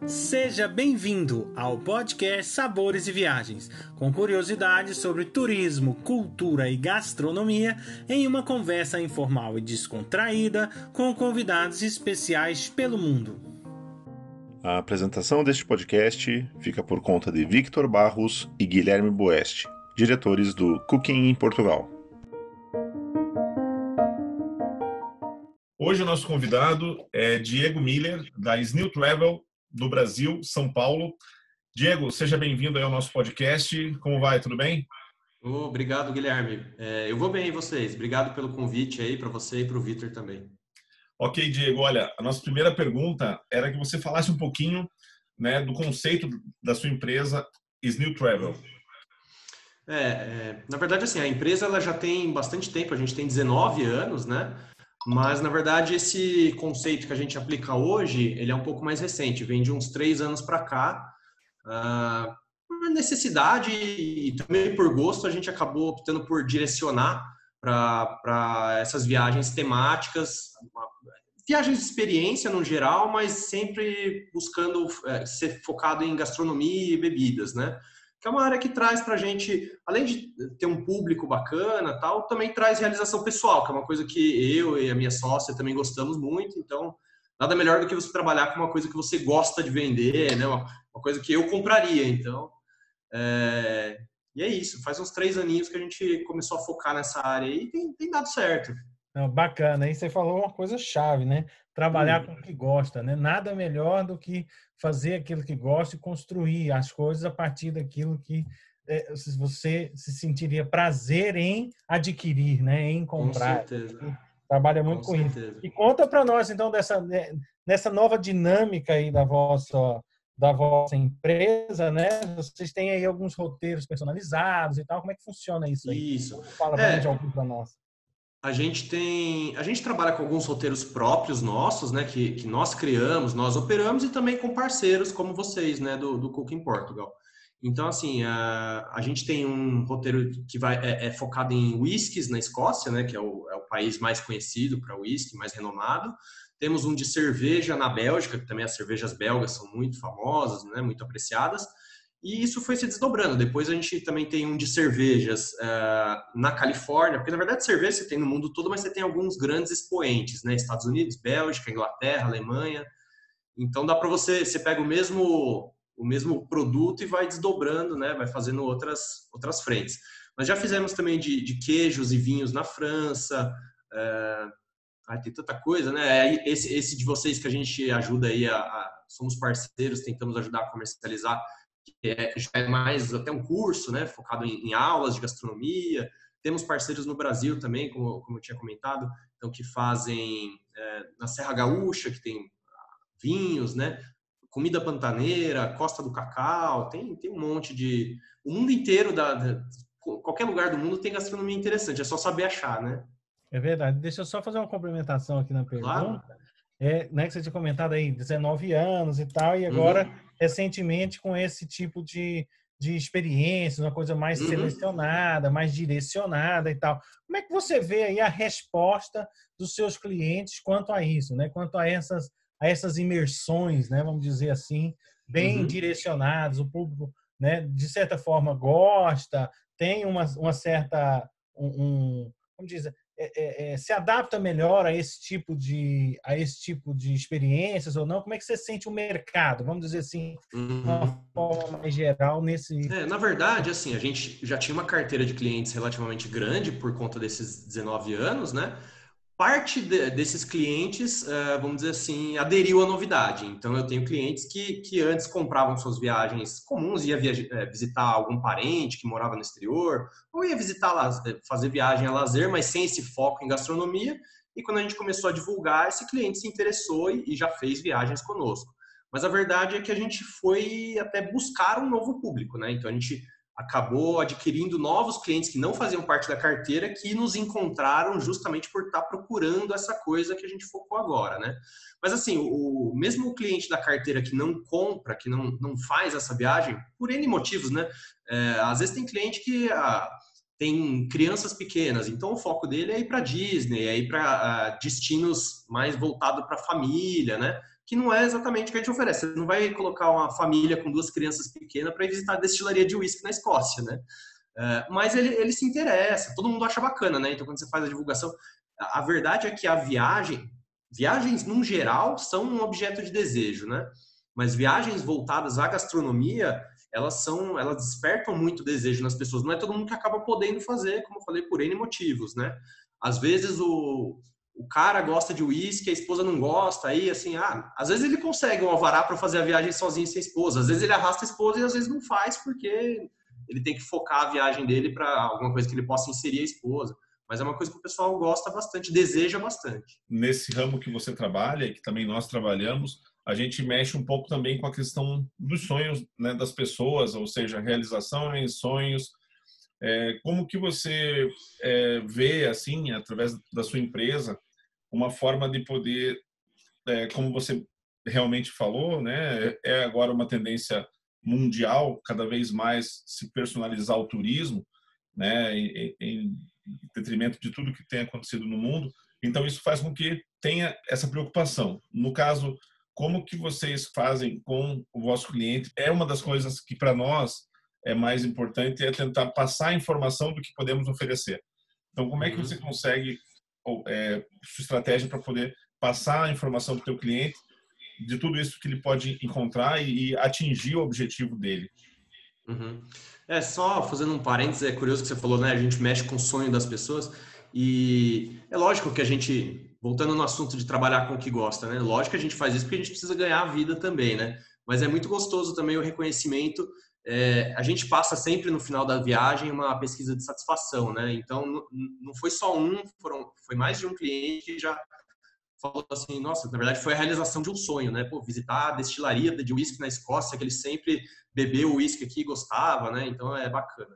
Seja bem-vindo ao podcast Sabores e Viagens, com curiosidades sobre turismo, cultura e gastronomia, em uma conversa informal e descontraída com convidados especiais pelo mundo. A apresentação deste podcast fica por conta de Victor Barros e Guilherme Boeste, diretores do Cooking em Portugal. Hoje o nosso convidado é Diego Miller, da Snew Travel, do Brasil, São Paulo. Diego, seja bem-vindo aí ao nosso podcast. Como vai? Tudo bem? Obrigado, Guilherme. Eu vou bem, e vocês? Obrigado pelo convite aí para você e para o Victor também. Ok, Diego. Olha, a nossa primeira pergunta era que você falasse um pouquinho, né, do conceito da sua empresa Snew Travel. Na verdade, assim, a empresa ela já tem bastante tempo, a gente tem 19 anos, né? Mas, na verdade, esse conceito que a gente aplica hoje, ele é um pouco mais recente, vem de uns 3 anos para cá. Por necessidade e também por gosto, a gente acabou optando por direcionar para essas viagens temáticas, viagens de experiência no geral, mas sempre buscando ser focado em gastronomia e bebidas, né? Que é uma área que traz para a gente, além de ter um público bacana, tal, também traz realização pessoal, que é uma coisa que eu e a minha sócia também gostamos muito. Então, nada melhor do que você trabalhar com uma coisa que você gosta de vender, né? Uma coisa que eu compraria. Então, e é isso. Faz uns 3 aninhos que a gente começou a focar nessa área e tem dado certo. Não, bacana, aí você falou uma coisa chave, né? Trabalhar com o que gosta, né? Nada melhor do que fazer aquilo que gosta e construir as coisas a partir daquilo que você se sentiria prazer em adquirir, né? Em comprar. Com certeza. Trabalha muito com isso. E conta para nós, então, nessa nova dinâmica aí da vossa empresa, né? Vocês têm aí alguns roteiros personalizados e tal. Como é que funciona isso aí? Isso. Fala pra gente algum para nós. A gente trabalha com alguns roteiros próprios nossos, né, que nós criamos, nós operamos e também com parceiros como vocês, né, do Cooking Portugal. Então, assim, a gente tem um roteiro que é focado em whiskies na Escócia, né, que é o país mais conhecido para whisky, mais renomado. Temos um de cerveja na Bélgica, que também as cervejas belgas são muito famosas, né, muito apreciadas. E isso foi se desdobrando. Depois a gente também tem um de cervejas na Califórnia, porque na verdade cerveja você tem no mundo todo, mas você tem alguns grandes expoentes, né? Estados Unidos, Bélgica, Inglaterra, Alemanha. Então dá para você pega o mesmo produto e vai desdobrando, né? Vai fazendo outras frentes. Nós já fizemos também de queijos e vinhos na França. Tem tanta coisa, né? Esse de vocês que a gente ajuda aí, somos parceiros, tentamos ajudar a comercializar, já é mais até um curso, né, focado em aulas de gastronomia. Temos parceiros no Brasil também, como eu tinha comentado, então que fazem na Serra Gaúcha, que tem vinhos, né, comida pantaneira, Costa do Cacau, tem um monte de... O mundo inteiro, qualquer lugar do mundo tem gastronomia interessante, é só saber achar, né? É verdade. Deixa eu só fazer uma complementação aqui na pergunta. Claro. Né, que você tinha comentado aí, 19 anos e tal, e agora, recentemente, com esse tipo de experiência, uma coisa mais selecionada, mais direcionada e tal. Como é que você vê aí a resposta dos seus clientes quanto a isso, né? Quanto a essas imersões, né? Vamos dizer assim, bem direcionadas, o público, né? De certa forma gosta, tem uma certa, vamos dizer, se adapta melhor a esse tipo de experiências ou não? Como é que você sente o mercado, vamos dizer assim, de uma forma mais geral nesse... Na verdade, assim, a gente já tinha uma carteira de clientes relativamente grande por conta desses 19 anos, né? Parte desses clientes, vamos dizer assim, aderiu à novidade. Então, eu tenho clientes que antes compravam suas viagens comuns, ia visitar algum parente que morava no exterior, ou ia fazer viagem a lazer, mas sem esse foco em gastronomia. E quando a gente começou a divulgar, esse cliente se interessou e já fez viagens conosco. Mas a verdade é que a gente foi até buscar um novo público, né? Então, a gente acabou adquirindo novos clientes que não faziam parte da carteira, que nos encontraram justamente por estar procurando essa coisa que a gente focou agora, né? Mas assim, o mesmo cliente da carteira que não compra, que não faz essa viagem, por N motivos, né? Às vezes tem cliente que tem crianças pequenas, então o foco dele é ir para Disney, é ir para destinos mais voltados para a família, né? Que não é exatamente o que a gente oferece. Você não vai colocar uma família com 2 crianças pequenas para ir visitar a destilaria de uísque na Escócia, né? Mas ele se interessa, todo mundo acha bacana, né? Então, quando você faz a divulgação, a verdade é que viagens, no geral, são um objeto de desejo, né? Mas viagens voltadas à gastronomia, elas despertam muito desejo nas pessoas. Não é todo mundo que acaba podendo fazer, como eu falei, por N motivos, né? Às vezes o cara gosta de uísque, a esposa não gosta, aí assim, às vezes ele consegue um alvará para fazer a viagem sozinho sem a esposa, às vezes ele arrasta a esposa e às vezes não faz porque ele tem que focar a viagem dele para alguma coisa que ele possa inserir a esposa. Mas é uma coisa que o pessoal gosta bastante, deseja bastante. Nesse ramo que você trabalha e que também nós trabalhamos, a gente mexe um pouco também com a questão dos sonhos, né, das pessoas, ou seja, realizações, sonhos. Como que você vê, assim, através da sua empresa, uma forma de poder, como você realmente falou, né, é agora uma tendência mundial, cada vez mais se personalizar o turismo, né, em detrimento de tudo que tem acontecido no mundo. Então isso faz com que tenha essa preocupação. No caso, como que vocês fazem com o vosso cliente? É uma das coisas que para nós é mais importante, é tentar passar a informação do que podemos oferecer. Então, como é que você consegue sua estratégia para poder passar a informação para o teu cliente de tudo isso que ele pode encontrar e atingir o objetivo dele? Só fazendo um parênteses, é curioso que você falou, né? A gente mexe com o sonho das pessoas e é lógico que a gente, voltando no assunto de trabalhar com o que gosta, né? Lógico que a gente faz isso porque a gente precisa ganhar a vida também, né? Mas é muito gostoso também o reconhecimento. A gente passa sempre no final da viagem uma pesquisa de satisfação, né? Então, não foi só foi mais de um cliente que já falou assim, nossa, na verdade foi a realização de um sonho, né? Pô, visitar a destilaria de uísque na Escócia, que ele sempre bebeu uísque aqui e gostava, né? Então é bacana.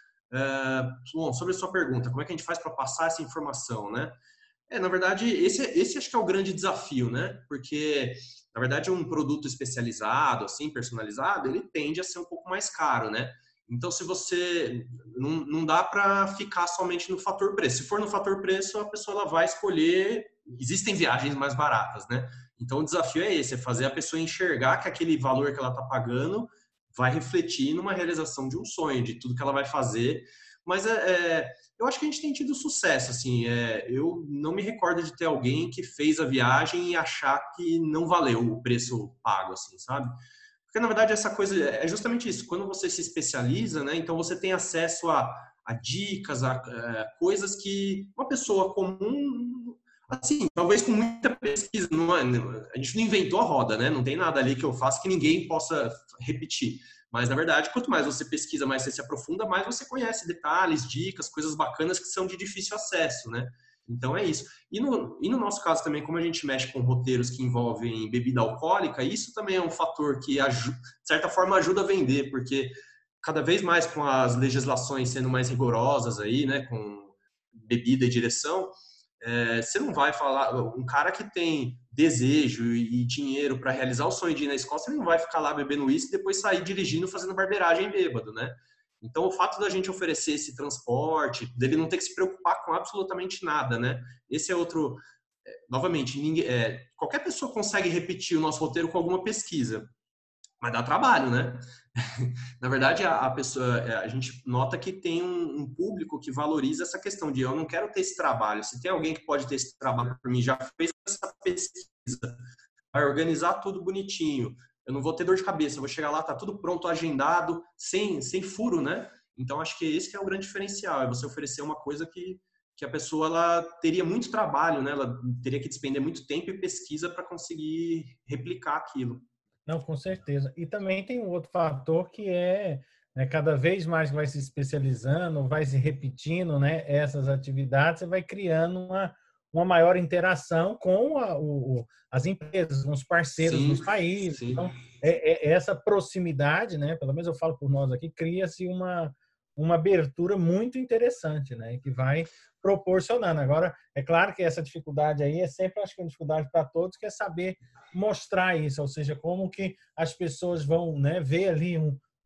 Bom, sobre a sua pergunta, como é que a gente faz para passar essa informação, né? Na verdade, esse acho que é o grande desafio, né? Porque, na verdade, um produto especializado, assim, personalizado, ele tende a ser um pouco mais caro, né? Então, se você... Não dá para ficar somente no fator preço. Se for no fator preço, a pessoa ela vai escolher... Existem viagens mais baratas, né? Então, o desafio é esse, é fazer a pessoa enxergar que aquele valor que ela está pagando vai refletir numa realização de um sonho, de tudo que ela vai fazer. Mas eu acho que a gente tem tido sucesso, assim. Eu não me recordo de ter alguém que fez a viagem e achar que não valeu o preço pago, assim, sabe? Porque, na verdade, essa coisa é justamente isso. Quando você se especializa, né? Então, você tem acesso a dicas, a coisas que uma pessoa comum... Assim, talvez com muita pesquisa, a gente não inventou a roda, né? Não tem nada ali que eu faça que ninguém possa repetir. Mas, na verdade, quanto mais você pesquisa, mais você se aprofunda, mais você conhece detalhes, dicas, coisas bacanas que são de difícil acesso, né? Então, é isso. E no nosso caso também, como a gente mexe com roteiros que envolvem bebida alcoólica, isso também é um fator que, de certa forma, ajuda a vender, porque cada vez mais com as legislações sendo mais rigorosas aí, né? Com bebida e direção... você não vai falar, um cara que tem desejo e dinheiro para realizar o sonho de ir na Escócia, ele não vai ficar lá bebendo uísque e depois sair dirigindo, fazendo barbeiragem bêbado, né? Então, o fato da gente oferecer esse transporte, dele não ter que se preocupar com absolutamente nada, né? Esse é outro... novamente, qualquer pessoa consegue repetir o nosso roteiro com alguma pesquisa, mas dá trabalho, né? Na verdade, a gente nota que tem um público que valoriza essa questão de eu não quero ter esse trabalho. Se tem alguém que pode ter esse trabalho para mim, já fez essa pesquisa, vai organizar tudo bonitinho, eu não vou ter dor de cabeça, eu vou chegar lá, tá tudo pronto, agendado, sem furo, né? Então, acho que esse que é o grande diferencial, é você oferecer uma coisa que a pessoa ela teria muito trabalho, né? Ela teria que despender muito tempo e pesquisa para conseguir replicar aquilo. Não, com certeza. E também tem um outro fator que né, cada vez mais vai se especializando, vai se repetindo, né, essas atividades, você vai criando uma maior interação com as empresas, com os parceiros dos países. Sim. Então, essa proximidade, né, pelo menos eu falo por nós aqui, cria-se uma abertura muito interessante, né, que vai proporcionando. Agora, é claro que essa dificuldade aí é sempre, acho que uma dificuldade para todos, que é saber mostrar isso, ou seja, como que as pessoas vão, né, ver ali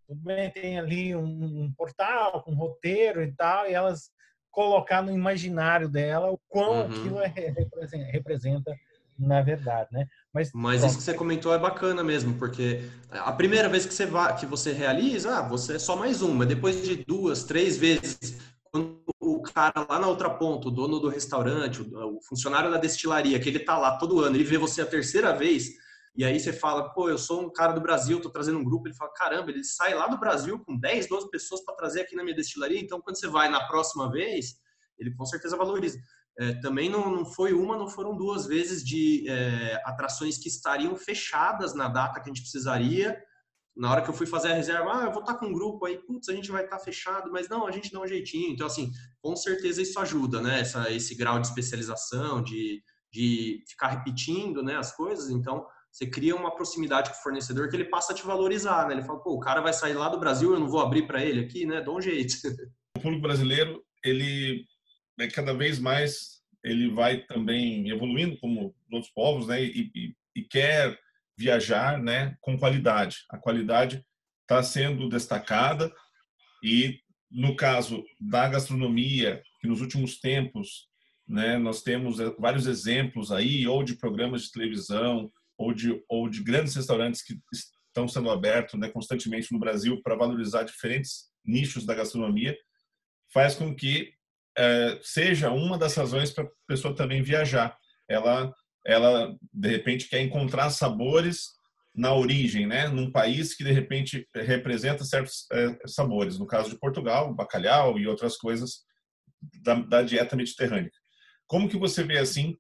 tudo bem, tem ali um portal com roteiro e tal, e elas colocar no imaginário dela o quão aquilo representa na verdade, né? Mas isso que você comentou é bacana mesmo, porque a primeira vez que você realiza, você é só mais uma. Depois de 2, 3 vezes, quando o cara lá na outra ponta, o dono do restaurante, o funcionário da destilaria, que ele tá lá todo ano, ele vê você a terceira vez, e aí você fala, pô, eu sou um cara do Brasil, tô trazendo um grupo, ele fala, caramba, ele sai lá do Brasil com 10, 12 pessoas para trazer aqui na minha destilaria, então quando você vai na próxima vez, ele com certeza valoriza. Também não foi uma, não foram 2 vezes de atrações que estariam fechadas na data que a gente precisaria. Na hora que eu fui fazer a reserva, eu vou estar com um grupo aí, putz, a gente vai estar fechado, mas não, a gente dá um jeitinho. Então, assim, com certeza isso ajuda, né? Esse grau de especialização, de ficar repetindo, né, as coisas. Então, você cria uma proximidade com o fornecedor que ele passa a te valorizar, né? Ele fala, pô, o cara vai sair lá do Brasil, eu não vou abrir para ele aqui, né? Dá um jeito. O público brasileiro, ele cada vez mais ele vai também evoluindo como outros povos, né? E quer viajar, né? Com qualidade. A qualidade está sendo destacada e no caso da gastronomia, que nos últimos tempos, né? Nós temos vários exemplos aí, ou de programas de televisão, ou de grandes restaurantes que estão sendo abertos, né? Constantemente no Brasil para valorizar diferentes nichos da gastronomia, faz com que seja uma das razões para a pessoa também viajar. Ela, de repente, quer encontrar sabores na origem, né? Num país que, de repente, representa certos sabores. No caso de Portugal, bacalhau e outras coisas da dieta mediterrânea. Como que você vê, assim,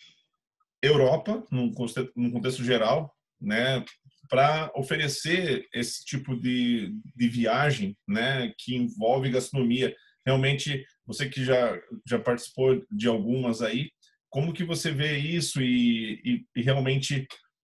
Europa, num contexto geral, né? Para oferecer esse tipo de viagem, né? Que envolve gastronomia. Realmente, você que já participou de algumas aí, como que você vê isso e realmente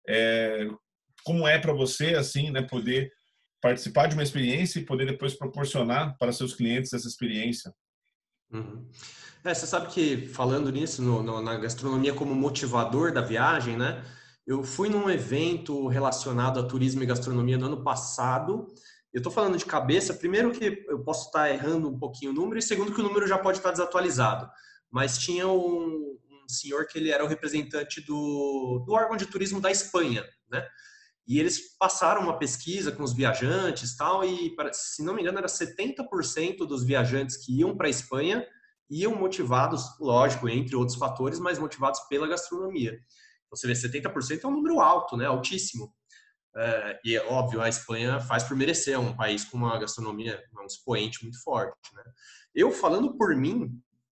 como é para você assim, né, poder participar de uma experiência e poder depois proporcionar para seus clientes essa experiência? Uhum. Você sabe que falando nisso, na gastronomia como motivador da viagem, né? Eu fui num evento relacionado a turismo e gastronomia no ano passado. Eu estou falando de cabeça, primeiro que eu posso estar errando um pouquinho o número, e segundo que o número já pode estar desatualizado. Mas tinha um senhor que ele era o representante do órgão de turismo da Espanha, né? E eles passaram uma pesquisa com os viajantes tal, e, se não me engano, era 70% dos viajantes que iam para a Espanha iam motivados, lógico, entre outros fatores, mas motivados pela gastronomia. Você vê, 70% é um número alto, né? Altíssimo. E é óbvio, a Espanha faz por merecer, é um país com uma gastronomia, um expoente muito forte, né? Eu, falando por mim,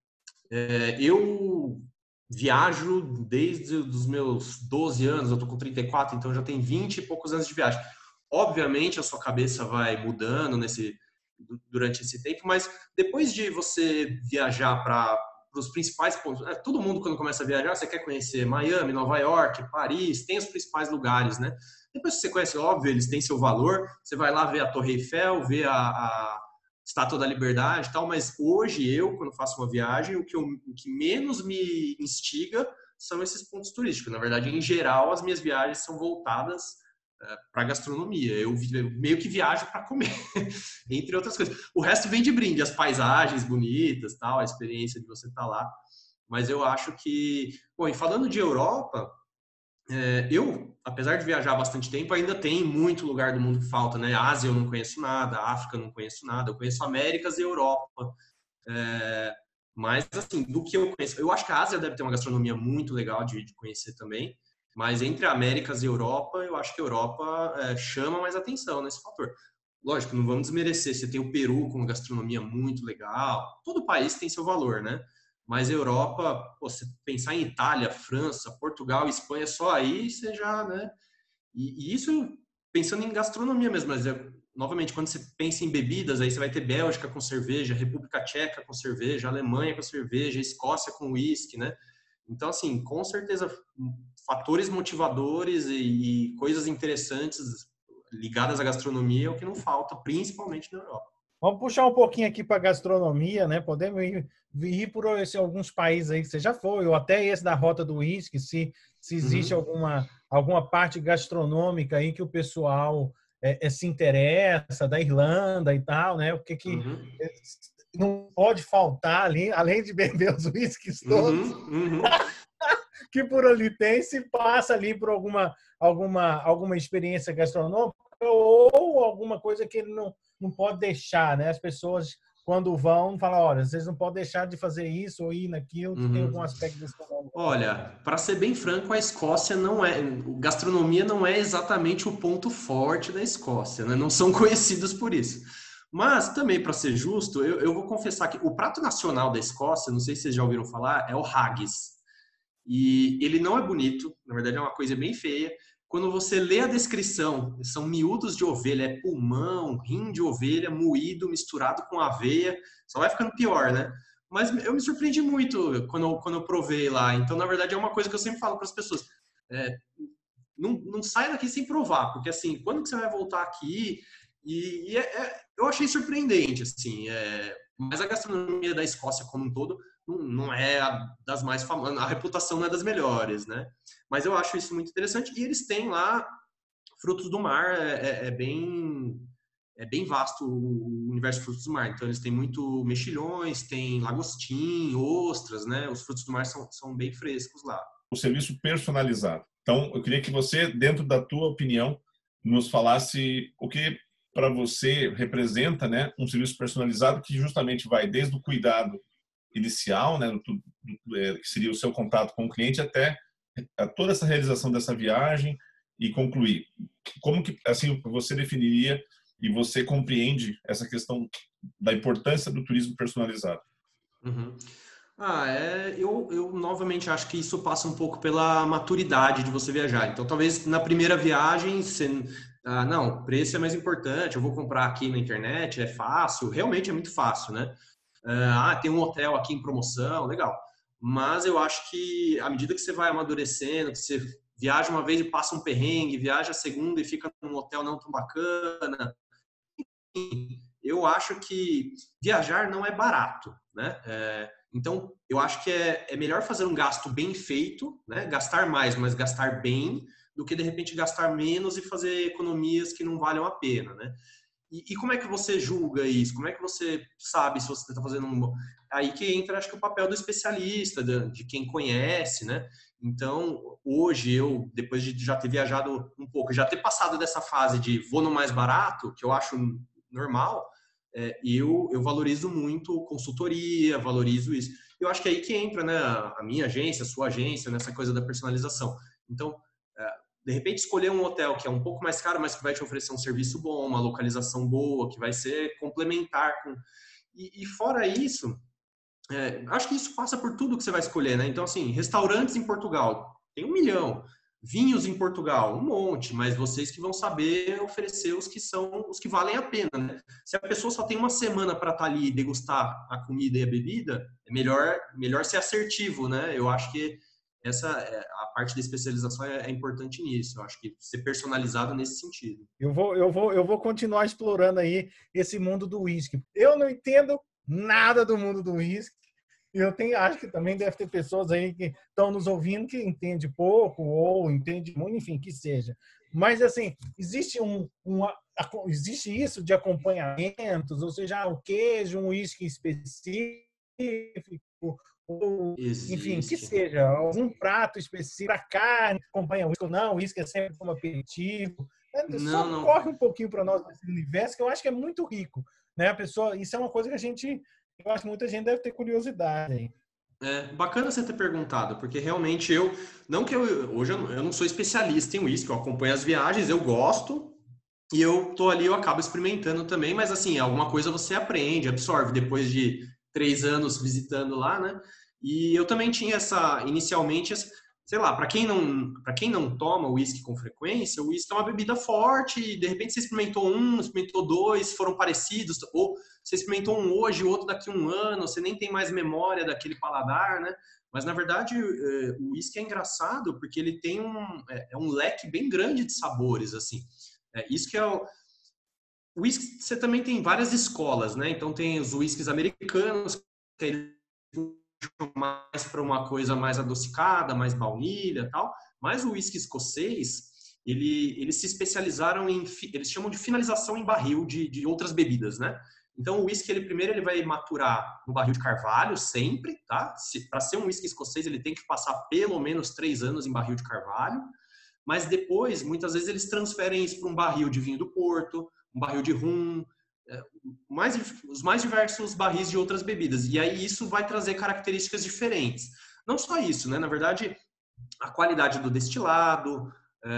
eu viajo desde os meus 12 anos, eu tô com 34, então já tem 20 e poucos anos de viagem. Obviamente a sua cabeça vai mudando durante esse tempo, mas depois de você viajar para os principais pontos, todo mundo quando começa a viajar, você quer conhecer Miami, Nova York, Paris, tem os principais lugares, né? Depois que você conhece, óbvio, eles têm seu valor, você vai lá ver a Torre Eiffel, ver a Estátua da Liberdade e tal, mas hoje quando faço uma viagem, o que menos me instiga são esses pontos turísticos. Na verdade, em geral, as minhas viagens são voltadas para gastronomia. Eu meio que viajo para comer, entre outras coisas. O resto vem de brinde, as paisagens bonitas, tal, a experiência de você estar lá. Mas eu acho que, bom, e falando de Europa, eu, apesar de viajar bastante tempo, ainda tem muito lugar do mundo que falta, né? Ásia eu não conheço nada, África eu não conheço nada, eu conheço Américas e Europa. Mas, assim, do que eu conheço, eu acho que a Ásia deve ter uma gastronomia muito legal de conhecer também, mas entre Américas e Europa, eu acho que a Europa chama mais atenção nesse fator. Lógico, não vamos desmerecer, você tem o Peru com uma gastronomia muito legal, todo país tem seu valor, né? Mas a Europa, você pensar em Itália, França, Portugal, Espanha, só aí você já, né? E isso pensando em gastronomia mesmo, mas novamente, quando você pensa em bebidas, aí você vai ter Bélgica com cerveja, República Tcheca com cerveja, Alemanha com cerveja, Escócia com uísque, né? Então, assim, com certeza, fatores motivadores e coisas interessantes ligadas à gastronomia é o que não falta, principalmente na Europa. Vamos puxar um pouquinho aqui para a gastronomia, né? Podemos ir por alguns países aí que você já foi, ou até esse da Rota do Uísque, se existe alguma parte gastronômica aí que o pessoal se interessa, da Irlanda e tal, né? O que não pode faltar ali, além de beber os uísques todos, que por ali tem, se passa ali por alguma experiência gastronômica ou alguma coisa que ele não pode deixar, né? As pessoas, quando vão, falam, olha, vocês não podem deixar de fazer isso ou ir naquilo, que tem algum aspecto gastronômico. Olha, para ser bem franco, a Escócia gastronomia não é exatamente o ponto forte da Escócia, né? Não são conhecidos por isso. Mas também, para ser justo, eu vou confessar que o prato nacional da Escócia, não sei se vocês já ouviram falar, é o haggis. E ele não é bonito, na verdade é uma coisa bem feia. Quando você lê a descrição, são miúdos de ovelha, é pulmão, rim de ovelha, moído, misturado com aveia, só vai ficando pior, né? Mas eu me surpreendi muito quando eu provei lá. Então, na verdade, é uma coisa que eu sempre falo para as pessoas. Não sai daqui sem provar, porque assim, quando que você vai voltar aqui? Eu achei surpreendente, assim. Mas a gastronomia da Escócia como um todo não é das mais famosas, a reputação não é das melhores, né? Mas eu acho isso muito interessante. E eles têm lá frutos do mar, é bem vasto o universo de frutos do mar. Então, eles têm muito mexilhões, tem lagostim, ostras, né? Os frutos do mar são bem frescos lá. O serviço personalizado. Então, eu queria que você, dentro da tua opinião, nos falasse o que para você representa, né, um serviço personalizado que justamente vai desde o cuidado inicial, né, que seria o seu contato com o cliente, até toda essa realização dessa viagem e concluir. Como que assim você definiria e você compreende essa questão da importância do turismo personalizado? Eu novamente acho que isso passa um pouco pela maturidade de você viajar. Então, talvez na primeira viagem, não, o preço é mais importante, eu vou comprar aqui na internet, é fácil, realmente é muito fácil, né? Tem um hotel aqui em promoção, legal. Mas eu acho que à medida que você vai amadurecendo, que você viaja uma vez e passa um perrengue, viaja a segunda e fica num hotel não tão bacana, eu acho que viajar não é barato, né? Então, eu acho que é melhor fazer um gasto bem feito, né? Gastar mais, mas gastar bem, do que de repente gastar menos e fazer economias que não valham a pena, né? E como é que você julga isso? Como é que você sabe se você está fazendo um... Aí que entra, acho que o papel do especialista, de quem conhece, né? Então, hoje eu, depois de já ter viajado um pouco, já ter passado dessa fase de vou no mais barato, que eu acho normal, eu valorizo muito consultoria, valorizo isso. Eu acho que é aí que entra, né, a minha agência, a sua agência, nessa coisa da personalização. Então, de repente, escolher um hotel que é um pouco mais caro, mas que vai te oferecer um serviço bom, uma localização boa, que vai ser complementar com... E fora isso, acho que isso passa por tudo que você vai escolher, né? Então, assim, restaurantes em Portugal, tem 1 milhão. Vinhos em Portugal, um monte, mas vocês que vão saber oferecer os que valem a pena, né? Se a pessoa só tem uma semana para estar ali e degustar a comida e a bebida, é melhor ser assertivo, né? Eu acho que a parte da especialização é importante nisso. Eu acho que ser personalizado nesse sentido. Eu vou continuar explorando aí esse mundo do uísque. Eu não entendo nada do mundo do uísque. Acho que também deve ter pessoas aí que estão nos ouvindo que entende pouco ou entende muito, enfim, que seja. Mas, assim, existe existe isso de acompanhamentos, ou seja, o queijo, um uísque específico, ou, enfim, que seja, algum prato específico, a carne acompanha o uísque ou não, o uísque é sempre como aperitivo. Só corre um pouquinho para nós nesse universo, que eu acho que é muito rico, né? Isso é uma coisa que eu acho que muita gente deve ter curiosidade. Bacana você ter perguntado, porque realmente hoje eu não sou especialista em uísque, eu acompanho as viagens, eu gosto, e eu tô ali, eu acabo experimentando também, mas assim, alguma coisa você aprende, absorve depois de 3 anos visitando lá, né? E eu também tinha inicialmente, sei lá, para quem não toma uísque com frequência, o uísque é uma bebida forte e de repente você experimentou experimentou 2, foram parecidos, ou você experimentou um hoje, o outro daqui a 1 ano, você nem tem mais memória daquele paladar, né? Mas na verdade o uísque é engraçado porque ele tem um leque bem grande de sabores, assim. Isso que é o uísque, você também tem várias escolas, né? Então tem os uísques americanos, que eles mais para uma coisa mais adocicada, mais baunilha e tal. Mas o uísque escocês, eles se especializaram eles chamam de finalização em barril de outras bebidas, né? Então, o whisky, primeiro ele vai maturar no barril de carvalho, sempre, tá? Para ser um whisky escocês, ele tem que passar pelo menos 3 anos em barril de carvalho. Mas depois, muitas vezes, eles transferem isso para um barril de vinho do Porto, um barril de rum, os mais diversos barris de outras bebidas. E aí isso vai trazer características diferentes. Não só isso, né? Na verdade, a qualidade do destilado,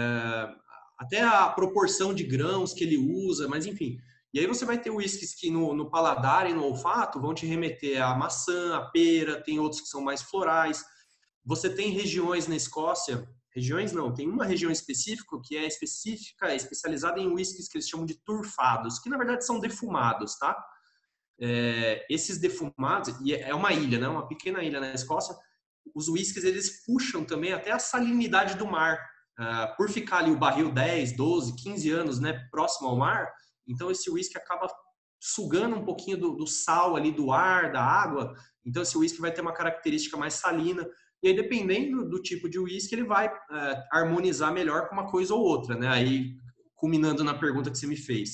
até a proporção de grãos que ele usa, mas enfim. E aí você vai ter whiskies que no paladar e no olfato vão te remeter à maçã, à pera, tem outros que são mais florais. Você tem regiões na Escócia, regiões não, tem uma região específica que é especializada em whiskies que eles chamam de turfados, que na verdade são defumados, tá? Esses defumados, e é uma ilha, né? Uma pequena ilha na Escócia, os whiskies eles puxam também até a salinidade do mar. Por ficar ali o barril 10, 12, 15 anos, né, próximo ao mar, então esse whisky acaba sugando um pouquinho do sal ali do ar, da água. Então esse whisky vai ter uma característica mais salina. E aí, dependendo do tipo de whisky, ele vai harmonizar melhor com uma coisa ou outra, né? Aí, culminando na pergunta que você me fez.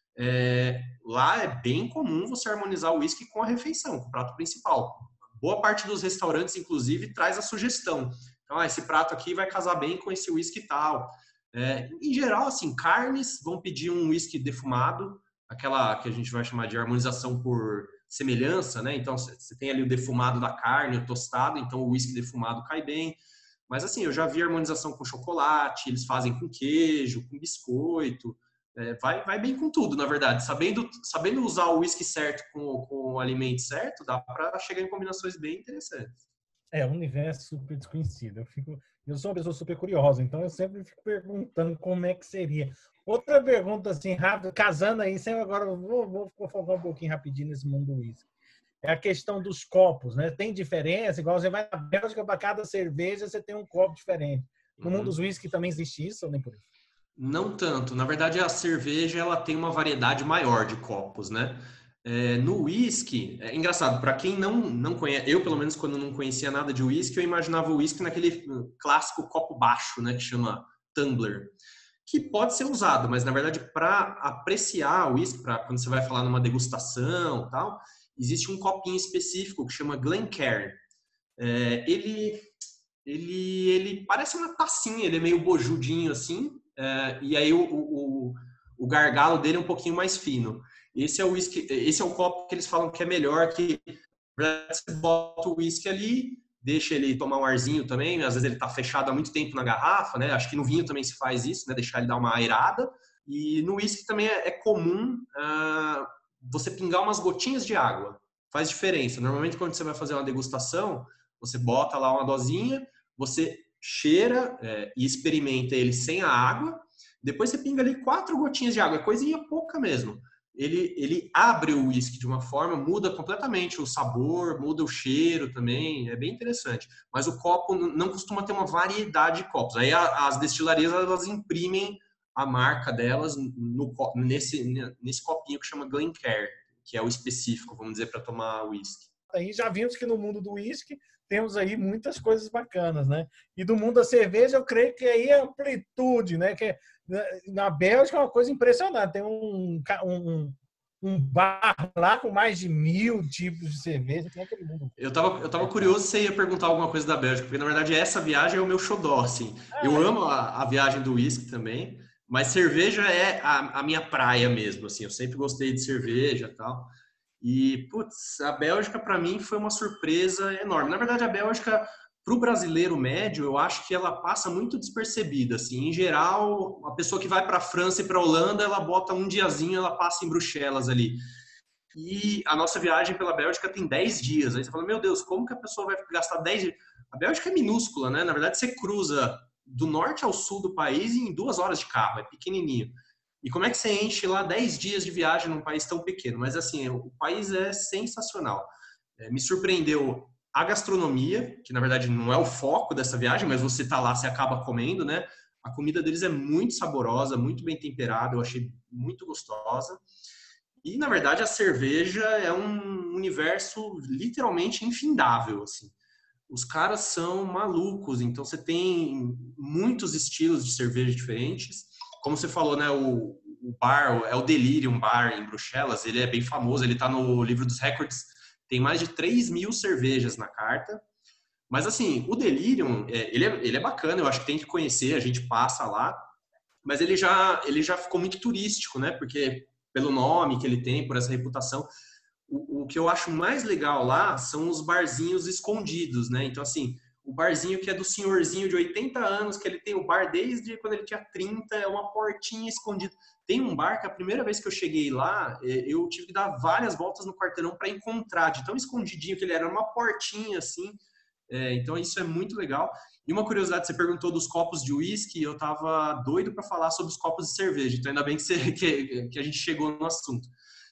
Lá é bem comum você harmonizar o whisky com a refeição, com o prato principal. Boa parte dos restaurantes, inclusive, traz a sugestão. Então, esse prato aqui vai casar bem com esse whisky e tal. Em geral, assim, carnes vão pedir um whisky defumado, aquela que a gente vai chamar de harmonização por semelhança, né? Então, você tem ali o defumado da carne, o tostado, então o whisky defumado cai bem. Mas, assim, eu já vi harmonização com chocolate, eles fazem com queijo, com biscoito. Vai bem com tudo, na verdade. Sabendo usar o whisky certo com o alimento certo, dá para chegar em combinações bem interessantes. Um universo super desconhecido. Eu sou uma pessoa super curiosa, então eu sempre fico perguntando como é que seria. Outra pergunta, assim, rápida, casando aí, agora eu vou focar um pouquinho rapidinho nesse mundo do uísque. É a questão dos copos, né? Tem diferença? Igual você vai na Bélgica, para cada cerveja você tem um copo diferente. No mundo dos uísque também existe isso ou nem por isso? Não tanto. Na verdade, a cerveja ela tem uma variedade maior de copos, né? No whisky, é engraçado, para quem não conhece, eu pelo menos quando não conhecia nada de whisky, eu imaginava o whisky naquele clássico copo baixo, né, que chama tumbler, que pode ser usado, mas na verdade para apreciar o whisky, para quando você vai falar numa degustação, tal, existe um copinho específico que chama Glencairn. Ele parece uma tacinha, ele é meio bojudinho assim, e aí o gargalo dele é um pouquinho mais fino. Esse é o copo que eles falam que é melhor, que você bota o whisky ali, deixa ele tomar um arzinho também, às vezes ele está fechado há muito tempo na garrafa, né? Acho que no vinho também se faz isso, né? Deixar ele dar uma aerada. E no whisky também é comum você pingar umas gotinhas de água. Faz diferença. Normalmente quando você vai fazer uma degustação, você bota lá uma dosinha, você cheira e experimenta ele sem a água, depois você pinga ali 4 gotinhas de água, é coisinha pouca mesmo. Ele abre o whisky de uma forma, muda completamente o sabor, muda o cheiro também, é bem interessante. Mas o copo não costuma ter uma variedade de copos. Aí as destilarias, elas imprimem a marca delas nesse copinho que chama Glencairn, que é o específico, vamos dizer, para tomar whisky. Aí já vimos que no mundo do whisky temos aí muitas coisas bacanas, né? E do mundo da cerveja, eu creio que aí é amplitude, né? Que na Bélgica é uma coisa impressionante. Tem um bar lá com mais de 1000 tipos de cerveja. Tem aquele mundo. Eu tava curioso se você ia perguntar alguma coisa da Bélgica, porque na verdade essa viagem é o meu xodó, assim. Eu amo a viagem do whisky também, mas cerveja é a minha praia mesmo, assim. Eu sempre gostei de cerveja e tal. E, putz, a Bélgica para mim foi uma surpresa enorme. Na verdade, a Bélgica, para o brasileiro médio, eu acho que ela passa muito despercebida. Assim. Em geral, a pessoa que vai para a França e para a Holanda, ela bota um diazinho, ela passa em Bruxelas ali. E a nossa viagem pela Bélgica tem 10 dias. Aí você fala, meu Deus, como que a pessoa vai gastar 10 dias? A Bélgica é minúscula, né? Na verdade, você cruza do norte ao sul do país em 2 horas de carro, é pequenininho. E como é que você enche lá 10 dias de viagem num país tão pequeno? Mas, assim, o país é sensacional. Me surpreendeu a gastronomia, que, na verdade, não é o foco dessa viagem, mas você tá lá, você acaba comendo, né? A comida deles é muito saborosa, muito bem temperada, eu achei muito gostosa. E, na verdade, a cerveja é um universo literalmente infindável, assim. os caras são malucos. Então, você tem muitos estilos de cerveja diferentes. Como você falou, né, o bar, é o Delirium Bar em Bruxelas, ele é bem famoso, ele está no livro dos recordes, tem mais de 3.000 cervejas na carta. Mas, assim, o Delirium, ele é bacana, eu acho que tem que conhecer, a gente passa lá, mas ele já ficou muito turístico, né, porque pelo nome que ele tem, por essa reputação. O que eu acho mais legal lá são os barzinhos escondidos, né? Então, assim, o barzinho que é do senhorzinho de 80 anos, que ele tem o bar desde quando ele tinha 30, é uma portinha escondida. Tem um bar que a primeira vez que eu cheguei lá, eu tive que dar várias voltas no quarteirão para encontrar, de tão escondidinho que ele era, uma portinha assim. Então, isso é muito legal. E uma curiosidade, você perguntou dos copos de uísque, eu tava doido para falar sobre os copos de cerveja, então ainda bem que a gente chegou no assunto.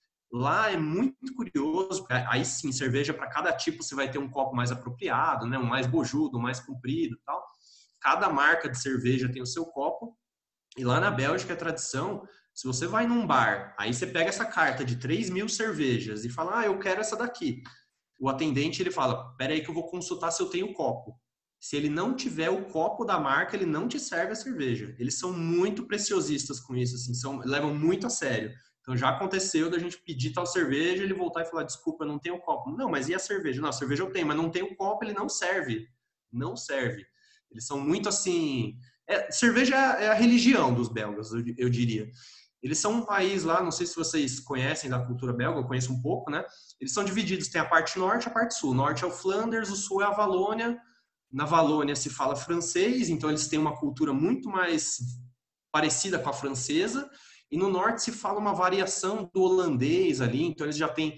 Lá é muito curioso, porque aí sim, cerveja para cada tipo você vai ter um copo mais apropriado, né? Um mais bojudo, um mais comprido e tal. Cada marca de cerveja tem o seu copo. E lá na Bélgica é tradição, se você vai num bar, aí você pega essa carta de 3.000 cervejas e fala, eu quero essa daqui. O atendente, ele fala, peraí que eu vou consultar se eu tenho copo. Se ele não tiver o copo da marca, ele não te serve a cerveja. Eles são muito preciosistas com isso, assim, levam muito a sério. Então, já aconteceu da gente pedir tal cerveja, ele voltar e falar, desculpa, eu não tenho copo. Não, mas e a cerveja? Não, a cerveja eu tenho, mas não tem o copo, ele não serve. Não serve. Eles são muito assim... cerveja é a religião dos belgas, eu diria. Eles são um país lá, não sei se vocês conhecem da cultura belga, eu conheço um pouco, né? Eles são divididos, tem a parte norte e a parte sul. O norte é o Flanders, o sul é a Valônia. Na Valônia se fala francês, então eles têm uma cultura muito mais parecida com a francesa. E no norte se fala uma variação do holandês ali, então eles já têm...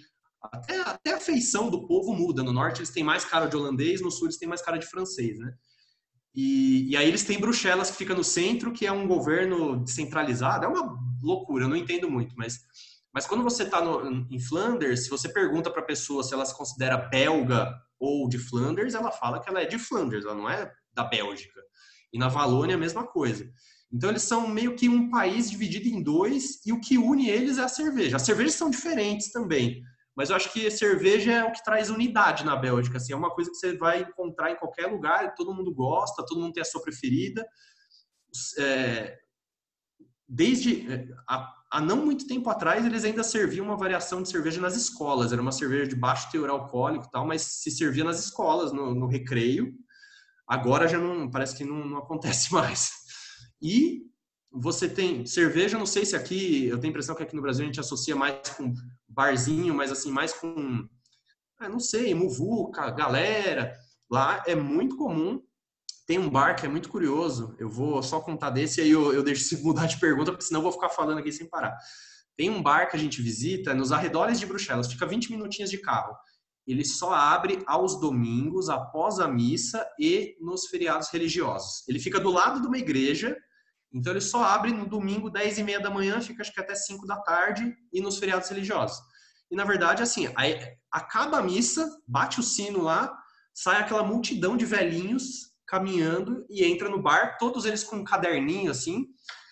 Até a feição do povo muda. No norte eles têm mais cara de holandês, no sul eles têm mais cara de francês, né? E aí eles têm Bruxelas, que fica no centro, que é um governo descentralizado. É uma loucura, eu não entendo muito, mas quando você está em Flanders, se você pergunta para a pessoa se ela se considera belga ou de Flanders, ela fala que ela é de Flanders, ela não é da Bélgica. E na Valônia a mesma coisa. Então eles são meio que um país dividido em dois e o que une eles é a cerveja. As cervejas são diferentes também, mas eu acho que a cerveja é o que traz unidade na Bélgica. Assim, é uma coisa que você vai encontrar em qualquer lugar, todo mundo gosta, todo mundo tem a sua preferida. Desde há não muito tempo atrás, eles ainda serviam uma variação de cerveja nas escolas. Era uma cerveja de baixo teor alcoólico e tal, mas se servia nas escolas, no recreio. Agora já não, parece que não acontece mais. E você tem cerveja, não sei se aqui, eu tenho a impressão que aqui no Brasil a gente associa mais com barzinho, mas assim, mais com, não sei, muvuca, galera. Lá é muito comum. Tem um bar que é muito curioso, eu vou só contar desse, aí eu deixo se mudar de pergunta, porque senão eu vou ficar falando aqui sem parar. Tem um bar que a gente visita nos arredores de Bruxelas, fica 20 minutinhos de carro. Ele só abre aos domingos, após a missa e nos feriados religiosos. Ele fica do lado de uma igreja, então ele só abre no domingo, 10h30 da manhã, fica acho que até 5 da tarde, e nos feriados religiosos. E na verdade, assim, aí, acaba a missa, bate o sino lá, sai aquela multidão de velhinhos caminhando e entra no bar, todos eles com um caderninho assim,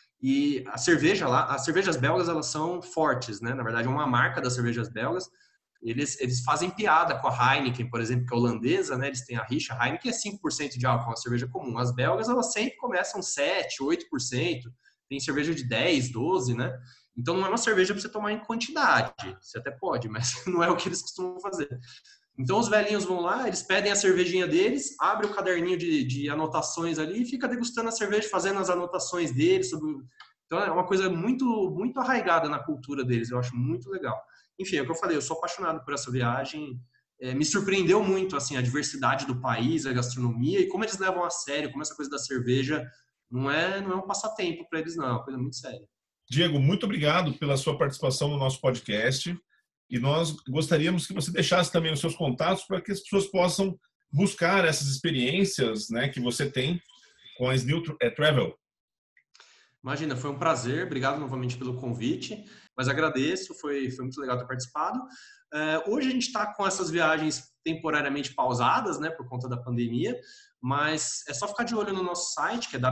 e a cerveja lá, as cervejas belgas, elas são fortes, né? Na verdade, é uma marca das cervejas belgas. Eles fazem piada com a Heineken, por exemplo, que é holandesa, né? Eles têm a rixa. A Heineken é 5% de álcool, uma cerveja comum. As belgas, elas sempre começam 7%, 8%. Tem cerveja de 10%, 12%, né? Então, não é uma cerveja para você tomar em quantidade. Você até pode, mas não é o que eles costumam fazer. Então, os velhinhos vão lá, eles pedem a cervejinha deles, abre o caderninho de anotações ali e fica degustando a cerveja, fazendo as anotações deles. Então, é uma coisa muito, muito arraigada na cultura deles. Eu acho muito legal. Enfim, é o que eu falei, eu sou apaixonado por essa viagem. Me surpreendeu muito assim, a diversidade do país, a gastronomia e como eles levam a sério, como essa coisa da cerveja não é um passatempo para eles, não, é uma coisa muito séria. Diego, muito obrigado pela sua participação no nosso podcast. E nós gostaríamos que você deixasse também os seus contatos para que as pessoas possam buscar essas experiências, né, que você tem com a Snew Travel. Imagina, foi um prazer. Obrigado novamente pelo convite. Mas agradeço, foi muito legal ter participado. Hoje a gente está com essas viagens temporariamente pausadas, né, por conta da pandemia, mas é só ficar de olho no nosso site, que é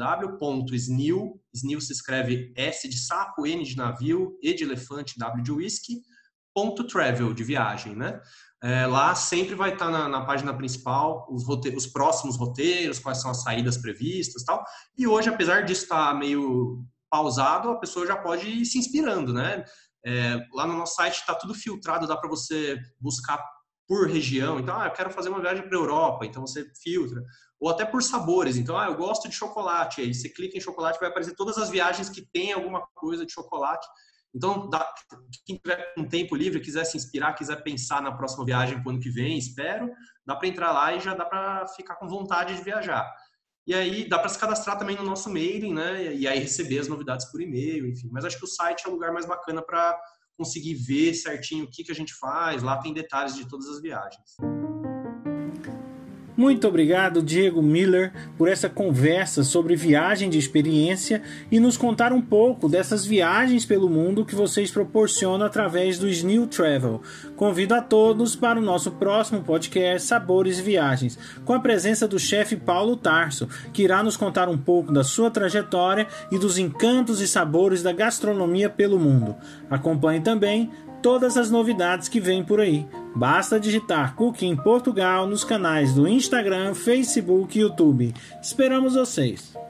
www.snew, Snew se escreve S de sapo, N de navio, E de elefante, W de whisky, .travel, de viagem, né? Lá sempre vai estar na página principal os próximos roteiros, quais são as saídas previstas e tal. E hoje, apesar disso estar meio pausado, a pessoa já pode ir se inspirando, né? Lá no nosso site está tudo filtrado, dá para você buscar por região. Então, eu quero fazer uma viagem para a Europa, então você filtra. Ou até por sabores. Então, eu gosto de chocolate. Aí você clica em chocolate, vai aparecer todas as viagens que tem alguma coisa de chocolate. Então, quem tiver um tempo livre, quiser se inspirar, quiser pensar na próxima viagem para o ano que vem, espero, dá para entrar lá e já dá para ficar com vontade de viajar. E aí, dá para se cadastrar também no nosso mailing, né? E aí receber as novidades por e-mail, enfim. Mas acho que o site é o lugar mais bacana para conseguir ver certinho o que a gente faz. Lá tem detalhes de todas as viagens. Muito obrigado, Diego Miller, por essa conversa sobre viagem de experiência e nos contar um pouco dessas viagens pelo mundo que vocês proporcionam através do Snil Travel. Convido a todos para o nosso próximo podcast Sabores e Viagens, com a presença do chefe Paulo Tarso, que irá nos contar um pouco da sua trajetória e dos encantos e sabores da gastronomia pelo mundo. Acompanhe também todas as novidades que vêm por aí. Basta digitar Cooking Portugal nos canais do Instagram, Facebook e YouTube. Esperamos vocês!